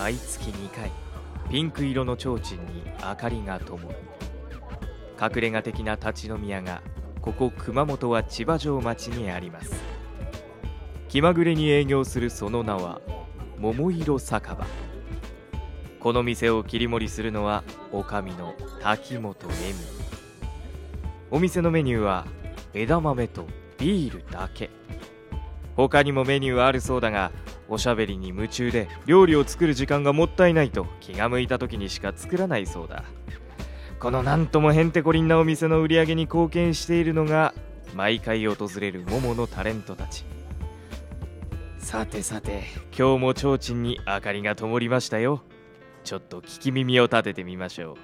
毎月2回ピンク色の提灯に明かりが灯る。隠れ家的な立ち飲み屋がここ熊本は千葉城町にあります。気まぐれに営業するその名は桃色酒場。この店を切り盛りするのは女将の滝本恵美。お店のメニューは枝豆とビールだけ。他にもメニューはあるそうだが、おしゃべりに夢中で料理を作る時間がもったいないと気が向いた時にしか作らないそうだ。このなんともへんてこりんなお店の売り上げに貢献しているのが毎回訪れる桃のタレントたち。さてさて、今日も提灯に明かりが灯りましたよ。ちょっと聞き耳を立ててみましょう。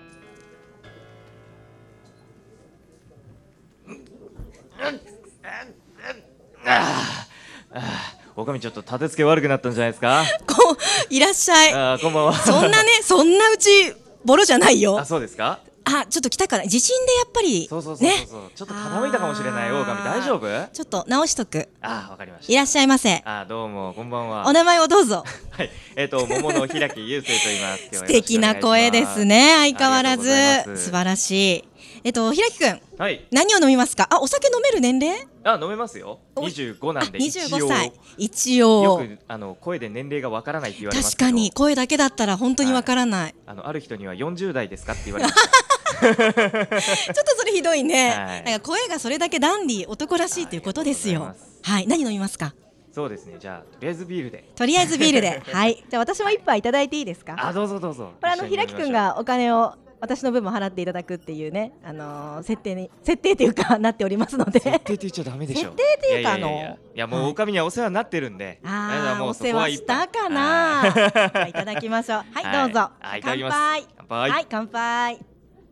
おかみちょっと立て付け悪くなったんじゃないですか。 いらっしゃい。 こんばんは。 そんなうちボロじゃないよ。 そうですか。 ちょっと来たから地震でやっぱりそう、 ね、 ちょっと傾いたかもしれない。おかみ大丈夫？ ちょっと直しとく。 わかりました。 いらっしゃいませ。 どうもこんばんは。 お名前をどうぞ。 はい、桃の平木雄生と言います。 素敵な声ですね。相変わらず素晴らしい。平木くん、 はい、 何を飲みますか？お酒飲める年齢？ 飲めますよ。25なんで 25歳。一応よく声で年齢がわからないって言われますけど。 確かに声だけだったら本当にわからない。 ある人には40代ですかって言われました。 ちょっとそれひどいね。なんか声がそれだけダンディー男らしいということですよ。はい、何飲みますか？ そうですね、じゃあとりあえずビールで。 とりあえずビールで。はい、じゃあ私も一杯いただいていいですか？ どうぞどうぞ。 これ平木くんがお金を私の分も払っていただくっていうね、設定というかなっておりますので。 設定って言っちゃダメでしょ。 設定っていうかいやもうおかみにはお世話になってるんで。 お世話したかな。いただきましょう。はい、どうぞ。 いただきます。乾杯。 はい、乾杯。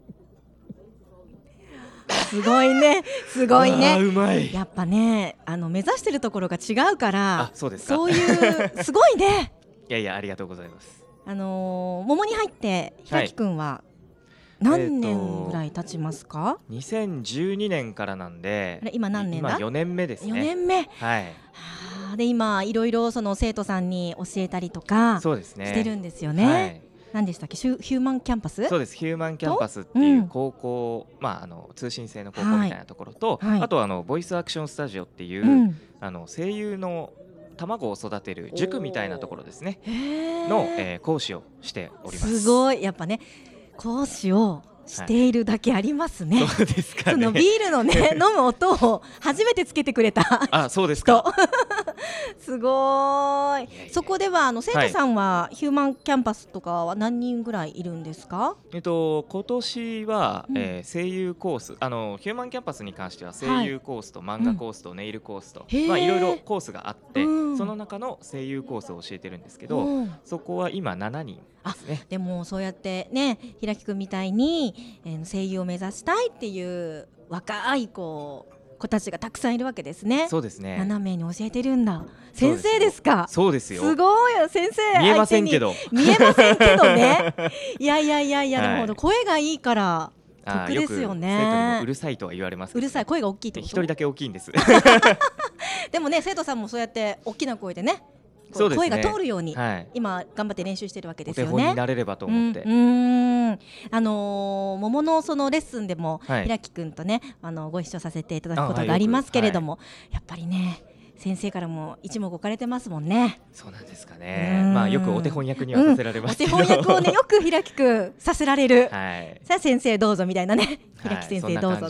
すごいね、すごいね。 うまい。 やっぱね、目指してるところが違うから。 そうですか。 そういうすごいね。 いやありがとうございます。 桃に入って平木くんは何年ぐらい経ちますか ？2012年からなんで。 今何年だ？ 今4年目ですね。 4年目。 はい。 で今いろいろその生徒さんに教えたりとかしてるんですよね。何でしたっけ？ヒューマンキャンパス？ そうです。ヒューマンキャンパスっていう高校、通信制の高校みたいなところと、あとボイスアクションスタジオっていう、声優の卵を育てる塾みたいなところですねの、講師をしております。 すごい。やっぱね、講師をしているだけありますね。 そうですかね。 そのビールのね飲む音を初めてつけてくれた。 そうですか。 すごい。そこでは生徒さんはヒューマンキャンパスとかは何人ぐらいいるんですか？ 今年は、声優コース、ヒューマンキャンパスに関しては声優コースと漫画コースとネイルコースと、いろいろコースがあって、その中の声優コースを教えてるんですけど、そこは今7人ですね。 でもそうやってね、平木くんみたいに、声優を目指したいっていう若い子たちがたくさんいるわけですね。 そうですね。 7名に教えてるんだ。先生ですか？ そうですよ。 すごいよ先生。 見えませんけど。 見えませんけどね。いやでも声がいいから得ですよね。 生徒にもうるさいとは言われます。 うるさい、声が大きいってこと？ 一人だけ大きいんです。 でもね、生徒さんもそうやって大きな声でね、声が通るように今頑張って練習してるわけですよね。 お手本になれればと思って。 桃のそのレッスンでも平木くんとねご一緒させていただくことがありますけれども、やっぱりね先生からも一目置かれてますもんね。 そうなんですかね。よくお手本役にはさせられますけど、 お手本役をねよく平木くんさせられる。さあ先生どうぞみたいなね、平木先生どうぞって、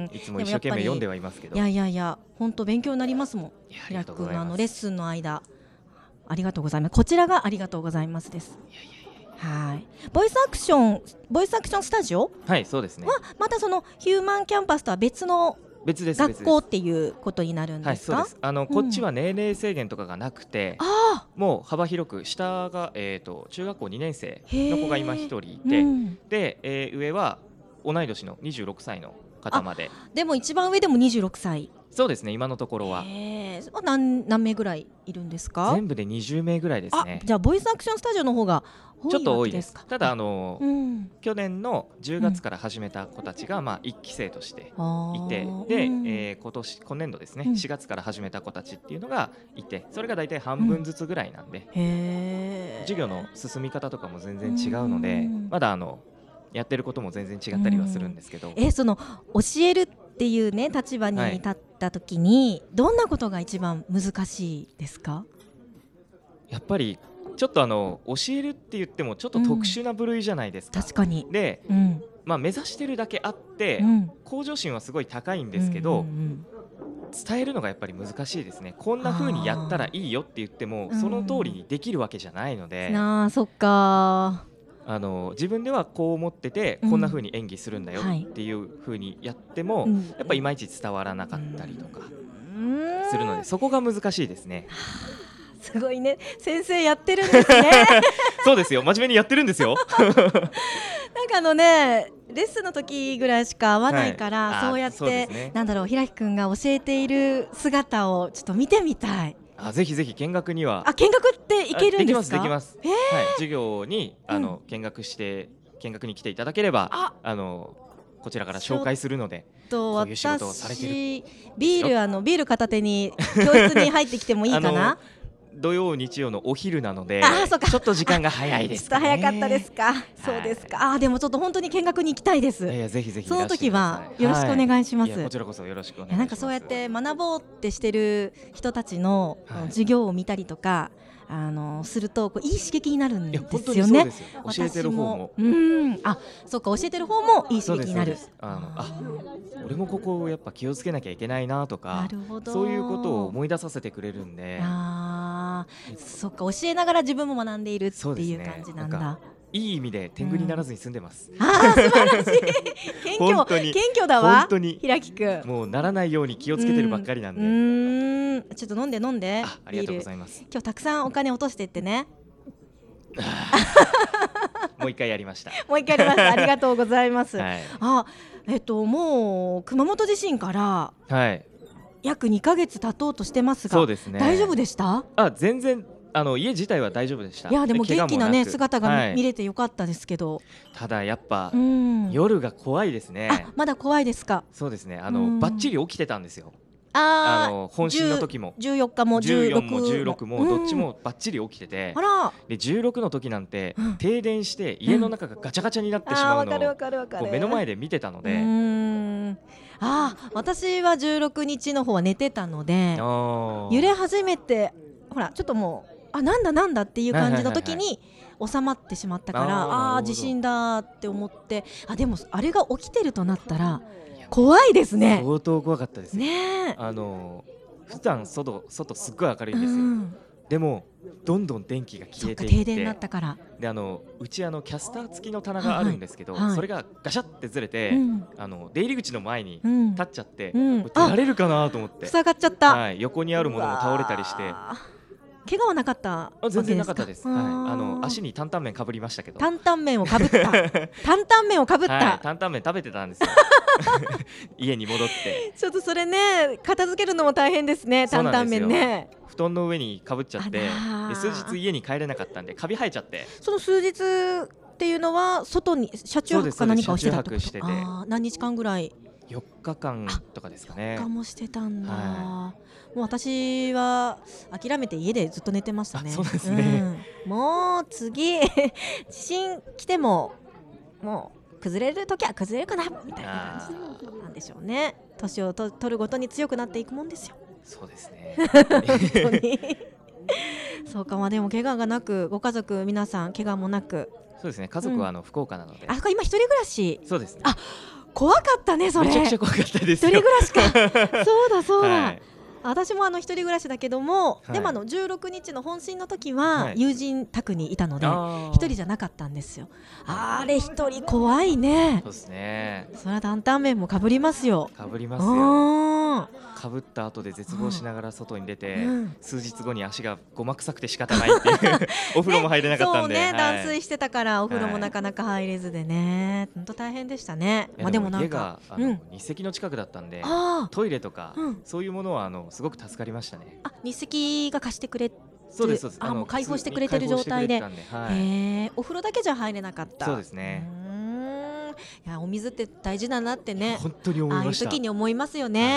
いつも一生懸命読んではいますけど。 いや本当勉強になりますもん。平木くんのレッスンの間ありがとうございます。こちらがありがとうございますです。はい。ボイスアクションスタジオ？ そうですね。 はまたそのヒューマンキャンパスとは別学校っていうことになるんですか？ そうです。こっちは年齢制限とかがなくて、もう幅広く下が中学校2年生の子が今1人いて、で上は同い年の26歳の方まで。 でも一番上でも26歳。 そうですね、今のところは。 何名ぐらいいるんですか？ 全部で20名ぐらいですね。 じゃあボイスアクションスタジオの方がちょっと多いです。ただ去年の10月から始めた子たちが1期生としていて、で今年度ですね、4月から始めた子たちっていうのがいて、それが大体半分ずつぐらいなんで、 授業の進み方とかも全然違うので、まだやってることも全然違ったりはするんですけど、 その教えるっていうね立場に立った時に、どんなことが一番難しいですか？ やっぱりちょっと教えるって言ってもちょっと特殊な部類じゃないですか。 確かに。 で、目指してるだけあって、向上心はすごい高いんですけど、伝えるのがやっぱり難しいですね。こんな風にやったらいいよって言ってもその通りにできるわけじゃないので、 そっか。 自分ではこう思ってて、こんな風に演技するんだよっていう風にやっても、やっぱいまいち伝わらなかったりとかするので、そこが難しいですね。 すごいね、先生やってるんですね。 そうですよ、真面目にやってるんですよ。 なんかレッスンの時ぐらいしか会わないから、そうやって、なんだろう、ひらきくんが教えている姿をちょっと見てみたい。 ぜひぜひ見学には。 見学って行けるんですか？ できます。はい、授業に見学に来ていただければ、こちらから紹介するので、こういう仕事をされてる。 ビール片手に教室に入ってきてもいいかな？ 土曜日曜のお昼なので、ちょっと時間が早いですかね。 早かったですか？そうですか。でもちょっと本当に見学に行きたいです。 ぜひぜひ。 その時はよろしくお願いします。 こちらこそよろしくお願いします。 なんかそうやって学ぼうってしてる人たちの授業を見たりとか、するといい刺激になるんですよね。 教えてる方も。 そうか、教えてる方もいい刺激になる。 俺もここやっぱ気をつけなきゃいけないなとか、そういうことを思い出させてくれるんで。 そっか、教えながら自分も学んでいるっていう感じなんだ。 いい意味で天狗にならずに済んでます。 素晴らしい。謙虚だわ。 本当に。 ひらきくん。 もうならないように気をつけてるばっかりなんで。 ちょっと飲んで。 ありがとうございます。 今日たくさんお金落としてってね。 もう一回やりました。 ありがとうございます。もう熊本地震から約2ヶ月経とうとしてますが、 そうですね。 大丈夫でした？ 全然家自体は大丈夫でした。 いやでも元気なね姿が見れてよかったですけど、 ただやっぱ夜が怖いですね。 まだ怖いですか？ そうですね。バッチリ起きてたんですよ。本震の時も 14日も 14も16もどっちもバッチリ起きてて、で16の時なんて停電して家の中がガチャガチャになってしまうのを目の前で見てたので、 私は16日の方は寝てたので、揺れ始めてほらちょっともうなんだっていう感じの時に収まってしまったから、地震だって思って、でもあれが起きてるとなったら怖いですね。 相当怖かったですね。普段外すっごい明るいんですよ。でもどんどん電気が消えていって、 停電になったから。 でうちキャスター付きの棚があるんですけど、それがガシャってずれて、出入り口の前に立っちゃって、出られるかなと思って塞がっちゃった。 横にあるものも倒れたりして。 怪我はなかったわけですか？ 全然なかったです。足に担々麺かぶりましたけど。 担々麺をかぶった。担々麺をかぶった。 担々麺食べてたんですよ。家に戻って。 ちょっとそれね、片付けるのも大変ですね。担々麺ね。 布団の上にかぶっちゃって、数日家に帰れなかったんでカビ生えちゃって。 その数日っていうのは外に車中泊か何かをしてたってこと？ してて、 何日間ぐらい ？4日間とかですかね。 4日もしてたんだ。もう私は諦めて家でずっと寝てましたね。 そうですね。 もう次地震来てももう崩れるときは崩れるかなみたいな感じなんでしょうね。年を取るごとに強くなっていくもんですよ。 そうですね。 本当に。そうか。でも怪我がなく、ご家族皆さん怪我もなく。 そうですね。家族は福岡なので。 今一人暮らし。 そうですね。 怖かったねそれ。 めちゃくちゃ怖かったですよ。 一人暮らしか。そうだ。私も一人暮らしだけども、でも16日の本震の時は友人宅にいたので一人じゃなかったんですよ。あれ一人怖いね。 そうですね。 それは担々麺もかぶりますよ。 かぶりますよ。かぶった後で絶望しながら外に出て、数日後に足がごま臭くて仕方ないっていうお風呂も入れなかったんで、 断水してたからお風呂もなかなか入れずでね、本当大変でしたね。 でも家が日赤の近くだったんで、トイレとかそういうものはすごく助かりましたね。 日赤が貸してくれて、 そうです。 もう開放してくれてる状態で、お風呂だけじゃ入れなかった。 そうですね。 いや、お水って大事だなってね、 本当に思いました。 ああいう時に思いますよね。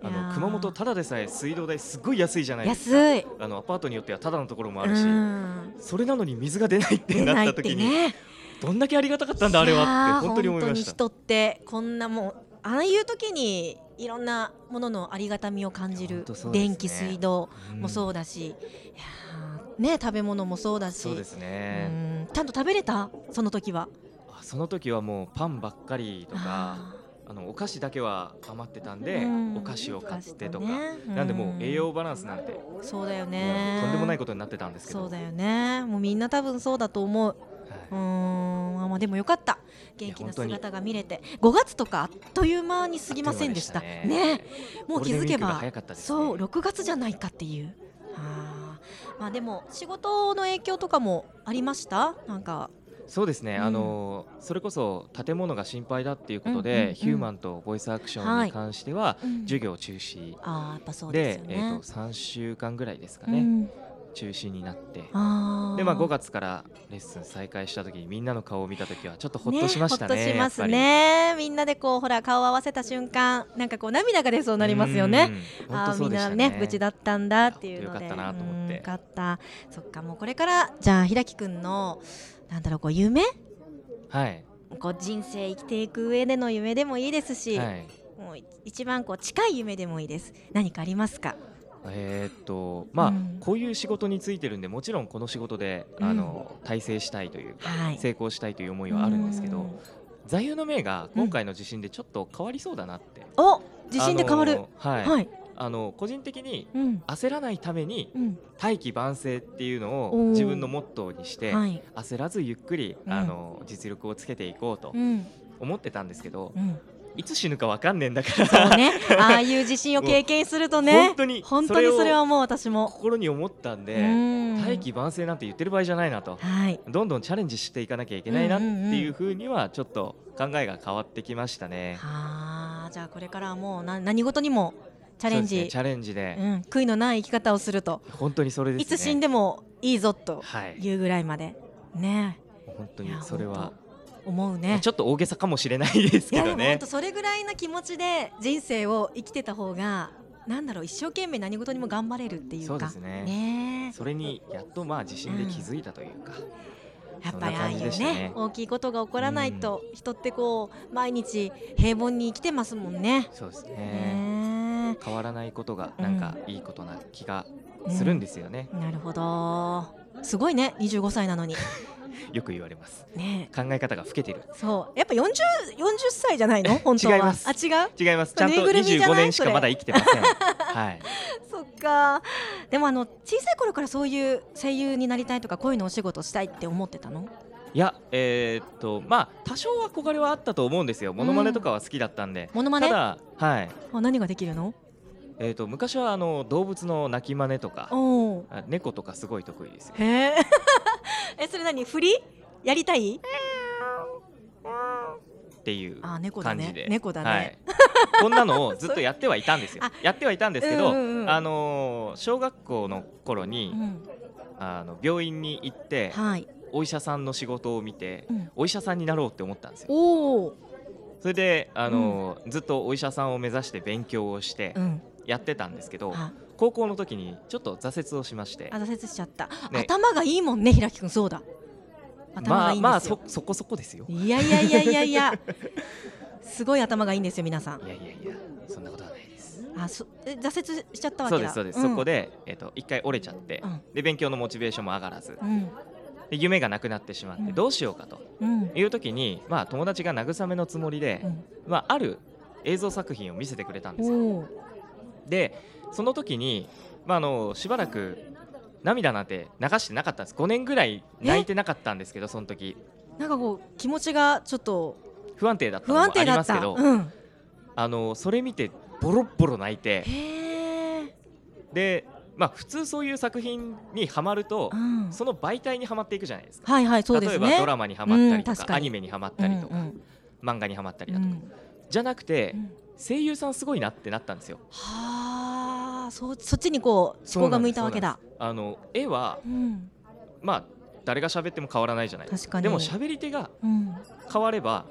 熊本ただでさえ水道代すごい安いじゃないですか。 安い。 アパートによってはただのところもあるし、それなのに水が出ないってなった時に、どんだけありがたかったんだあれはって本当に思いました。 本当に人ってこんなもうああいう時にいろんなもののありがたみを感じる。電気水道もそうだし、ね、食べ物もそうだし。 そうですね。 ちゃんと食べれた？その時は。 その時はもうパンばっかりとか、お菓子だけは余ってたんで、お菓子を買ってとか、なんでもう栄養バランスなんてそうだよね、 とんでもないことになってたんですけど。 そうだよね。もうみんな多分そうだと思う。まあでもよかった。元気な姿が見れて、5月とかあっという間に過ぎませんでしたね。もう気づけばそう6月じゃないかっていう。まあでも仕事の影響とかもありました？なんかそうですね、それこそ建物が心配だっていうことで、ヒューマンとボイスアクションに関しては授業中止で、3週間ぐらいですかね、中止になって、で、5月からレッスン再開した時にみんなの顔を見た時はちょっとほっとしましたね。 ほっとしますね。みんなでこうほら顔を合わせた瞬間、なんかこう涙が出そうになりますよね。みんなね無事だったんだっていうので、 よかったなと思って。 よかった。そっか、もうこれからじゃあひらきくんのなんだろう、こう夢、こう人生生きていく上での夢でもいいですし、もう一番こう近い夢でもいいです。何かありますか？ まあこういう仕事についてるんで、もちろんこの仕事で大成したいというか、成功したいという思いはあるんですけど、座右の銘が今回の地震でちょっと変わりそうだなって。 地震で変わる。 個人的に焦らないために大器晩成っていうのを自分のモットーにして、焦らずゆっくり実力をつけていこうと思ってたんですけど、いつ死ぬか分かんねえんだからそうね、ああいう地震を経験するとね、本当にそれはもう私も心に思ったんで、大器晩成なんて言ってる場合じゃないなと、どんどんチャレンジしていかなきゃいけないなっていうふうにはちょっと考えが変わってきましたね。 じゃあこれからはもう何事にもチャレンジで、 悔いのない生き方をすると。 本当にそれですね。 いつ死んでもいいぞというぐらいまでね。 本当にそれは思うね。 ちょっと大げさかもしれないですけどね。 本当それぐらいな気持ちで人生を生きてた方が、なんだろう、一生懸命何事にも頑張れるっていうか。 そうですね。それにやっと自信で気づいたというか。 やっぱりああいうね、大きいことが起こらないと人ってこう毎日平凡に生きてますもんね。 そうですね。変わらないことがなんかいいことな気がするんですよね。 なるほど。すごいね、25歳なのに。 よく言われますね。考え方が老けてる。 そう、やっぱ40歳じゃないの？本当は。 違います。 違います。ちゃんと25年しかまだ生きてません。はい。 そっか。でも小さい頃からそういう声優になりたいとか声のお仕事したいって思ってたの？ いや、多少は憧れはあったと思うんですよ。モノマネとかは好きだったんで。 モノマネ？ ただ、 何ができるの？ 昔は動物の鳴き真似とか猫とかすごい得意ですよ。 へえ。それ何？振りやりたい？ っていう感じで。 猫だね。 こんなのをずっとやってはいたんですよ。やってはいたんですけど、小学校の頃に病院に行って、お医者さんの仕事を見て、お医者さんになろうって思ったんですよ。それでずっとお医者さんを目指して勉強をしてやってたんですけど、高校の時にちょっと挫折をしまして。 挫折しちゃった。頭がいいもんね、ひらきくん。そうだ、頭がいいんですよ。 そこそこですよ。 いやすごい頭がいいんですよ、皆さん。 いやそんなことはないです。 挫折しちゃったわけだ。 そうです。そこで一回折れちゃって、で勉強のモチベーションも上がらず、で夢がなくなってしまってどうしようかという時に、友達が慰めのつもりで、ある映像作品を見せてくれたんですよ。でその時に、しばらく涙なんて流してなかったんです。5年ぐらい泣いてなかったんですけど、その時なんかこう気持ちがちょっと不安定だったのもありますけど、それ見てボロッボロ泣いて、で普通そういう作品にハマると、その媒体にはまっていくじゃないですか。 そうですね。 例えばドラマにはまったりとか、アニメにはまったりとか、漫画にはまったりだとか、じゃなくて、声優さんすごいなってなったんですよ。 そっちにこう思考が向いたわけだ。 絵は誰が喋っても変わらないじゃないですか。でも喋り手が変われば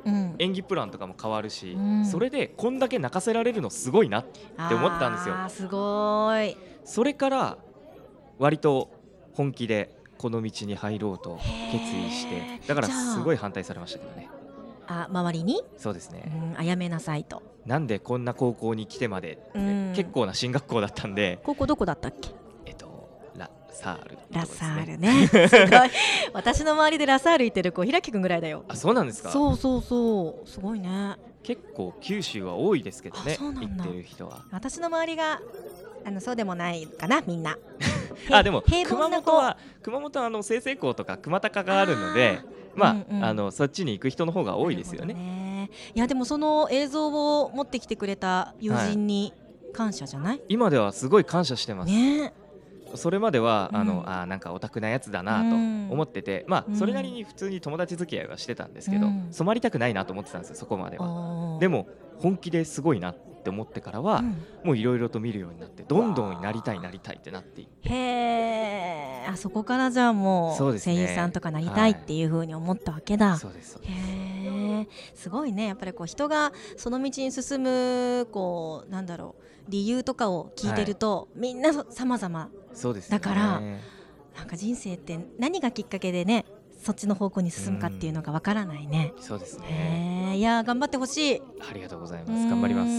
演技プランとかも変わるし、 うん、 それでこんだけ泣かせられるのすごいなって思ったんですよ。 すごい。 それから割と本気でこの道に入ろうと決意して、だからすごい反対されましたけどね。 周りにそうですね、 やめなさいと。なんでこんな高校に来てまで、結構な進学校だったんで。 高校どこだったっけ？ ラサール、ね、 ラサールねすごい私の周りでラサール行ってる子平木くんぐらいだよ。 あ、そうなんですか。 そうすごいね。 結構九州は多いですけどね、行ってる人は。私の周りがそうでもないかな、みんなあ、でも熊本は済々黌とか熊高があるので、そっちに行く人の方が多いですよね。 いやでもその映像を持ってきてくれた友人に感謝じゃない？ 今ではすごい感謝してます、 ね。 それまではなんかオタクなやつだなと思ってて、それなりに普通に友達付き合いはしてたんですけど、染まりたくないなと思ってたんですよ、そこまでは。でも本気ですごいなって思ってからは、もういろいろと見るようになって、どんどんなりたいってなっていって。 へー、そこからじゃあもう声優さんとかなりたいっていう風に思ったわけだ。 そうです。 へー、すごいね。やっぱり人がその道に進むなんだろう、理由とかを聞いてると、みんな様々だから、なんか人生って何がきっかけでね、そっちの方向に進むかっていうのがわからないね。 そうですね。 いや頑張ってほしい。 ありがとうございます。頑張ります。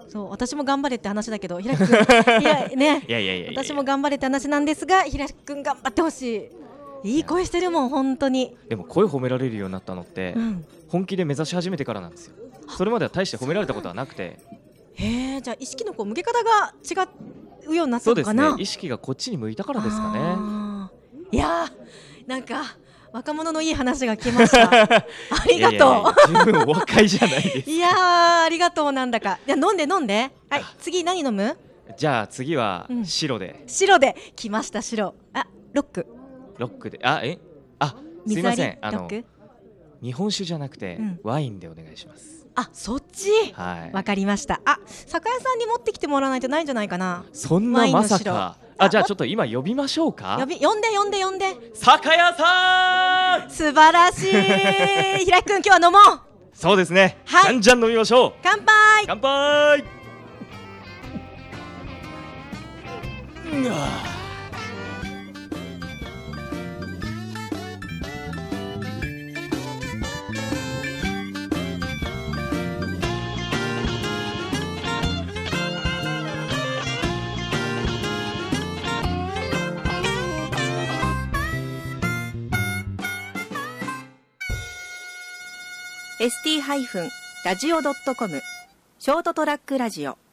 そう、私も頑張れって話だけど、平木君ね、 いや私も頑張れって話なんですが、平木君頑張ってほしい。いい声してるもん、本当に。 でも声褒められるようになったのって、本気で目指し始めてからなんですよ。それまでは大して褒められたことはなくて。 じゃあ意識の向け方が違うようになったのかな。 そうですね、意識がこっちに向いたからですかね。 いやなんか若者のいい話が聞けましたありがとう。十分お若いじゃないですか。 いやありがとう。なんだか、じゃ飲んで。はい、次何飲む？ じゃあ次は白で。 白で来ました。白。ロックで。 すいません、 ロック。 日本酒じゃなくてワインでお願いします。 そっち。わかりました。酒屋さんに持ってきてもらわないとないんじゃないかな。 そんなまさか。じゃあちょっと今呼びましょうか。 呼んで。 酒屋さん、 素晴らしい平木君、今日は飲もう。 そうですね、じゃんじゃん飲みましょう。 乾杯。 乾杯。 ST-radio.com ショートトラックラジオ